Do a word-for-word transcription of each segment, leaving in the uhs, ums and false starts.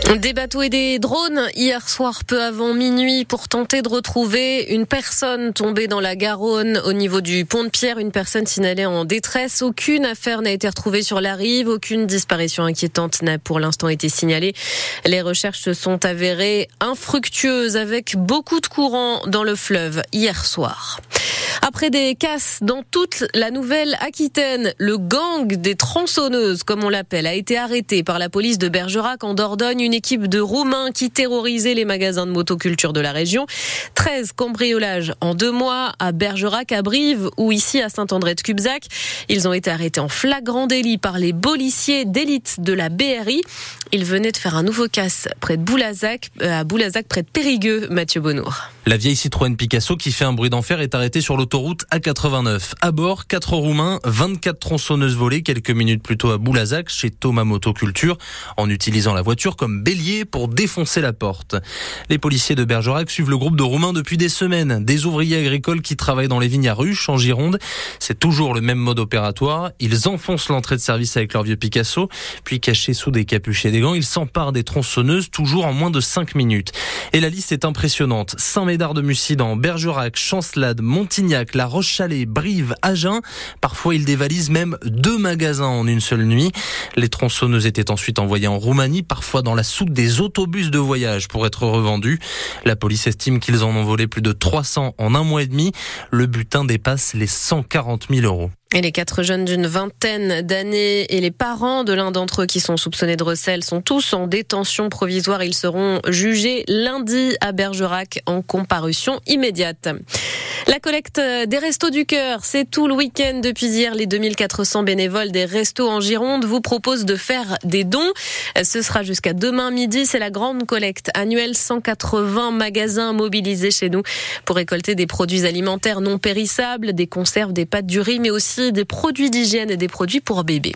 Des bateaux et des drones hier soir peu avant minuit pour tenter de retrouver une personne tombée dans la Garonne au niveau du pont de Pierre, une personne signalée en détresse. Aucune affaire n'a été retrouvée sur la rive, aucune disparition inquiétante n'a pour l'instant été signalée. Les recherches se sont avérées infructueuses avec beaucoup de courant dans le fleuve hier soir. Après des casses dans toute la Nouvelle-Aquitaine, le gang des tronçonneuses, comme on l'appelle, a été arrêté par la police de Bergerac en Dordogne. Une équipe de Roumains qui terrorisait les magasins de motoculture de la région. treize cambriolages en deux mois à Bergerac, à Brive ou ici à Saint-André-de-Cubzac. Ils ont été arrêtés en flagrant délit par les policiers d'élite de la B R I. Ils venaient de faire un nouveau casse près de Boulazac, à Boulazac, près de Périgueux, Mathieu Bonnour. La vieille Citroën Picasso qui fait un bruit d'enfer est arrêtée sur l'autoroute A quatre-vingt-neuf. À bord, quatre Roumains, vingt-quatre tronçonneuses volées quelques minutes plus tôt à Boulazac, chez Thomas Motoculture, en utilisant la voiture comme bélier pour défoncer la porte. Les policiers de Bergerac suivent le groupe de Roumains depuis des semaines. Des ouvriers agricoles qui travaillent dans les vignes à Ruche, en Gironde. C'est toujours le même mode opératoire. Ils enfoncent l'entrée de service avec leur vieux Picasso, puis cachés sous des capuches et des gants, ils s'emparent des tronçonneuses, toujours en moins de cinq minutes. Et la liste est impressionnante. Saint-Médard-de-Mussidan, Bergerac, Chancelade, Montignac, La Roche-Chalais, Brive, Agen. Parfois, ils dévalisent même deux magasins en une seule nuit. Les tronçonneuses étaient ensuite envoyées en Roumanie, parfois dans la soute des autobus de voyage pour être revendus. La police estime qu'ils en ont volé plus de trois cents en un mois et demi. Le butin dépasse les cent quarante mille euros. Et les quatre jeunes d'une vingtaine d'années et les parents de l'un d'entre eux qui sont soupçonnés de recel sont tous en détention provisoire. Ils seront jugés lundi à Bergerac en comparution immédiate. La collecte des Restos du Cœur, c'est tout le week-end depuis hier. Les deux mille quatre cents bénévoles des Restos en Gironde vous proposent de faire des dons. Ce sera jusqu'à demain midi. C'est la grande collecte annuelle. cent quatre-vingts magasins mobilisés chez nous pour récolter des produits alimentaires non périssables, des conserves, des pâtes du riz, mais aussi des produits d'hygiène et des produits pour bébés.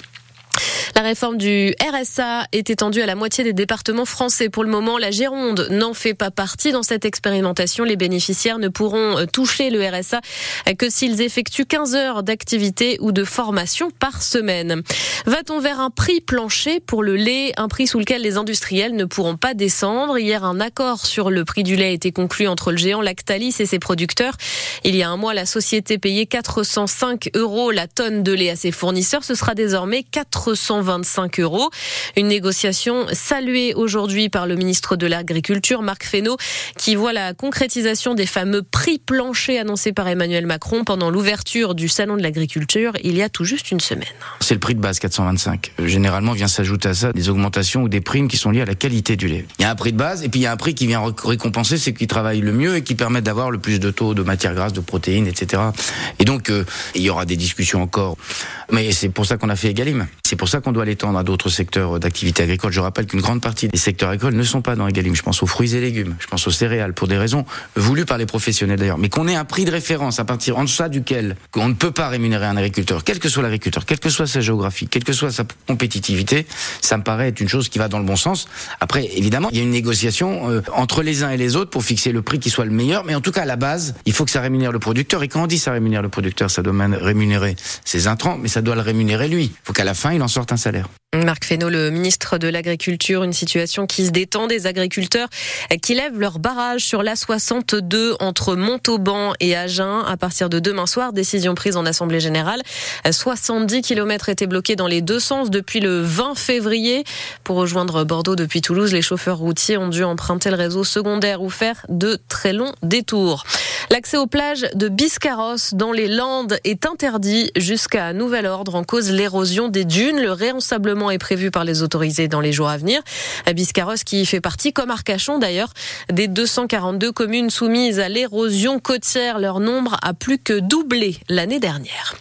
La réforme du R S A est étendue à la moitié des départements français. Pour le moment, la Gironde n'en fait pas partie. Dans cette expérimentation, les bénéficiaires ne pourront toucher le R S A que s'ils effectuent quinze heures d'activité ou de formation par semaine. Va-t-on vers un prix plancher pour le lait, un prix sous lequel les industriels ne pourront pas descendre? Hier, un accord sur le prix du lait a été conclu entre le géant Lactalis et ses producteurs. Il y a un mois, la société payait quatre cent cinq euros la tonne de lait à ses fournisseurs. Ce sera désormais quatre cent vingt-cinq euros. Une négociation saluée aujourd'hui par le ministre de l'Agriculture, Marc Fesneau, qui voit la concrétisation des fameux prix planchers annoncés par Emmanuel Macron pendant l'ouverture du Salon de l'Agriculture il y a tout juste une semaine. C'est le prix de base, quatre cent vingt-cinq. Généralement, vient s'ajouter à ça des augmentations ou des primes qui sont liées à la qualité du lait. Il y a un prix de base et puis il y a un prix qui vient récompenser ceux qui travaillent le mieux et qui permettent d'avoir le plus de taux de matières grasses, de protéines, et cetera. Et donc, euh, il y aura des discussions encore. Mais c'est pour ça qu'on a fait Egalim. C'est pour ça qu'on doit l'étendre à d'autres secteurs d'activité agricole. Je rappelle qu'une grande partie des secteurs agricoles ne sont pas dans Egalim. Je pense aux fruits et légumes, je pense aux céréales, pour des raisons voulues par les professionnels d'ailleurs. Mais qu'on ait un prix de référence à partir en deçà duquel on ne peut pas rémunérer un agriculteur, quel que soit l'agriculteur, quelle que soit sa géographie, quelle que soit sa compétitivité, ça me paraît être une chose qui va dans le bon sens. Après, évidemment, il y a une négociation euh, entre les uns et les autres pour fixer le prix qui soit le meilleur. Mais en tout cas, à la base, il faut que ça rémunère le producteur. Et quand on dit ça rémunère le producteur, ça doit rémunérer ses intrants, mais ça doit le rémunérer lui. Il faut qu'à la fin, il en sorte un salaire. Marc Fesneau, le ministre de l'Agriculture, une situation qui se détend, des agriculteurs qui lèvent leur barrage sur l'A soixante-deux entre Montauban et Agen à partir de demain soir. Décision prise en Assemblée Générale. soixante-dix kilomètres étaient bloqués dans les deux sens depuis le vingt février. Pour rejoindre Bordeaux depuis Toulouse, les chauffeurs routiers ont dû emprunter le réseau secondaire ou faire de très longs détours. L'accès aux plages de Biscarrosse dans les Landes est interdit jusqu'à nouvel ordre en cause l'érosion des dunes. Le réensablement est prévu par les autorités dans les jours à venir. Biscarrosse qui fait partie, comme Arcachon d'ailleurs, des deux cent quarante-deux communes soumises à l'érosion côtière. Leur nombre a plus que doublé l'année dernière.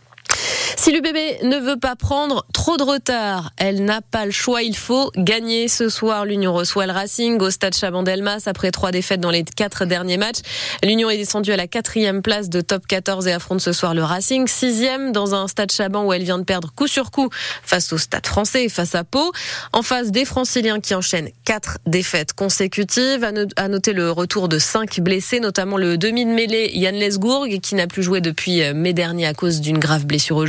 Si l'U B B ne veut pas prendre trop de retard, elle n'a pas le choix, il faut gagner. Ce soir, l'Union reçoit le Racing au stade Chaban-Delmas après trois défaites dans les quatre derniers matchs. L'Union est descendue à la quatrième place de top quatorze et affronte ce soir le Racing, sixième dans un stade Chaban où elle vient de perdre coup sur coup face au stade français et face à Pau. En face des Franciliens qui enchaînent quatre défaites consécutives. À noter le retour de cinq blessés, notamment le demi de mêlée Yann Lesgourg qui n'a plus joué depuis mai dernier à cause d'une grave blessure au genou.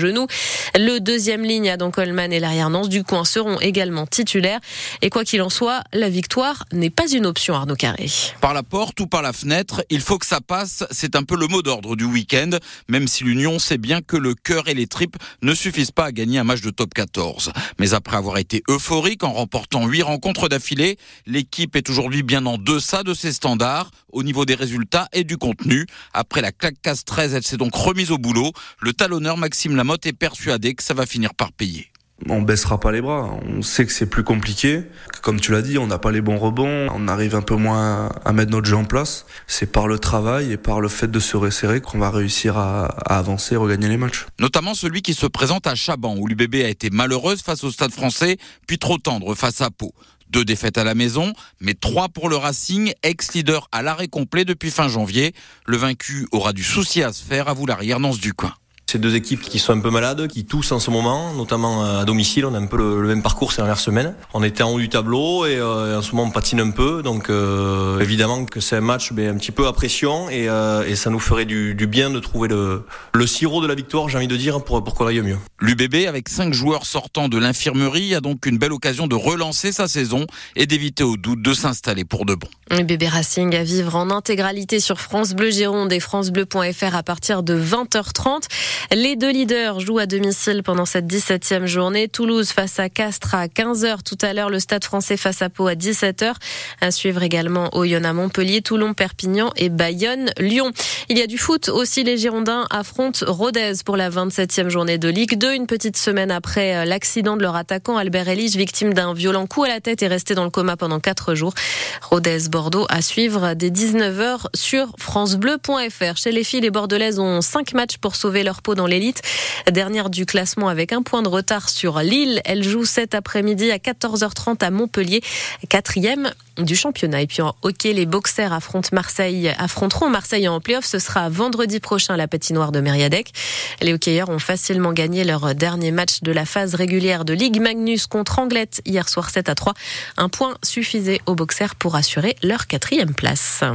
genou. Le deuxième ligne, Adam Coleman et l'arrière Nance du coin seront également titulaires. Et quoi qu'il en soit, la victoire n'est pas une option, Arnaud Carré. Par la porte ou par la fenêtre, il faut que ça passe. C'est un peu le mot d'ordre du week-end, même si l'Union sait bien que le cœur et les tripes ne suffisent pas à gagner un match de top quatorze. Mais après avoir été euphorique en remportant huit rencontres d'affilée, l'équipe est aujourd'hui bien en deçà de ses standards au niveau des résultats et du contenu. Après la claque castroise, elle s'est donc remise au boulot. Le talonneur Maxime Lamotte est persuadé que ça va finir par payer. On baissera pas les bras, on sait que c'est plus compliqué. Comme tu l'as dit, on n'a pas les bons rebonds, on arrive un peu moins à mettre notre jeu en place. C'est par le travail et par le fait de se resserrer qu'on va réussir à, à avancer et regagner les matchs. Notamment celui qui se présente à Chaban, où l'U B B a été malheureuse face au Stade français, puis trop tendre face à Pau. Deux défaites à la maison, mais trois pour le Racing, ex-leader à l'arrêt complet depuis fin janvier. Le vaincu aura du souci à se faire, avoue l'arrière Nance du coin. C'est deux équipes qui sont un peu malades, qui toussent en ce moment, notamment à domicile. On a un peu le, le même parcours ces dernières semaines. On était en haut du tableau et, euh, et en ce moment on patine un peu. Donc euh, évidemment que c'est un match ben, un petit peu à pression et, euh, et ça nous ferait du, du bien de trouver le, le sirop de la victoire, j'ai envie de dire, pour, pour qu'on aille mieux. L'U B B, avec cinq joueurs sortant de l'infirmerie, a donc une belle occasion de relancer sa saison et d'éviter au doute de s'installer pour de bon. Le B B Racing à vivre en intégralité sur France Bleu Gironde et francebleu point f r à partir de vingt heures trente. Les deux leaders jouent à domicile pendant cette dix-septième journée. Toulouse face à Castres à quinze heures tout à l'heure. Le Stade français face à Pau à dix-sept heures. À suivre également Oyonnax Montpellier, Toulon, Perpignan et Bayonne, Lyon. Il y a du foot aussi. Les Girondins affrontent Rodez pour la vingt-septième journée de Ligue deux. Une petite semaine après l'accident de leur attaquant Albert Ellis, victime d'un violent coup à la tête et resté dans le coma pendant quatre jours. Rodez-Bordeaux à suivre dès dix-neuf heures sur francebleu point f r. Chez les filles, les Bordelaises ont cinq matchs pour sauver leur peau dans l'élite. Dernière du classement avec un point de retard sur Lille. Elle joue cet après-midi à quatorze heures trente à Montpellier, quatrième du championnat. Et puis en hockey, les boxers affrontent Marseille, affronteront Marseille en play-off. Ce sera vendredi prochain à la patinoire de Mériadec. Les hockeyeurs ont facilement gagné leur dernier match de la phase régulière de Ligue Magnus contre Anglet hier soir sept à trois. Un point suffisait aux boxers pour assurer leur quatrième place.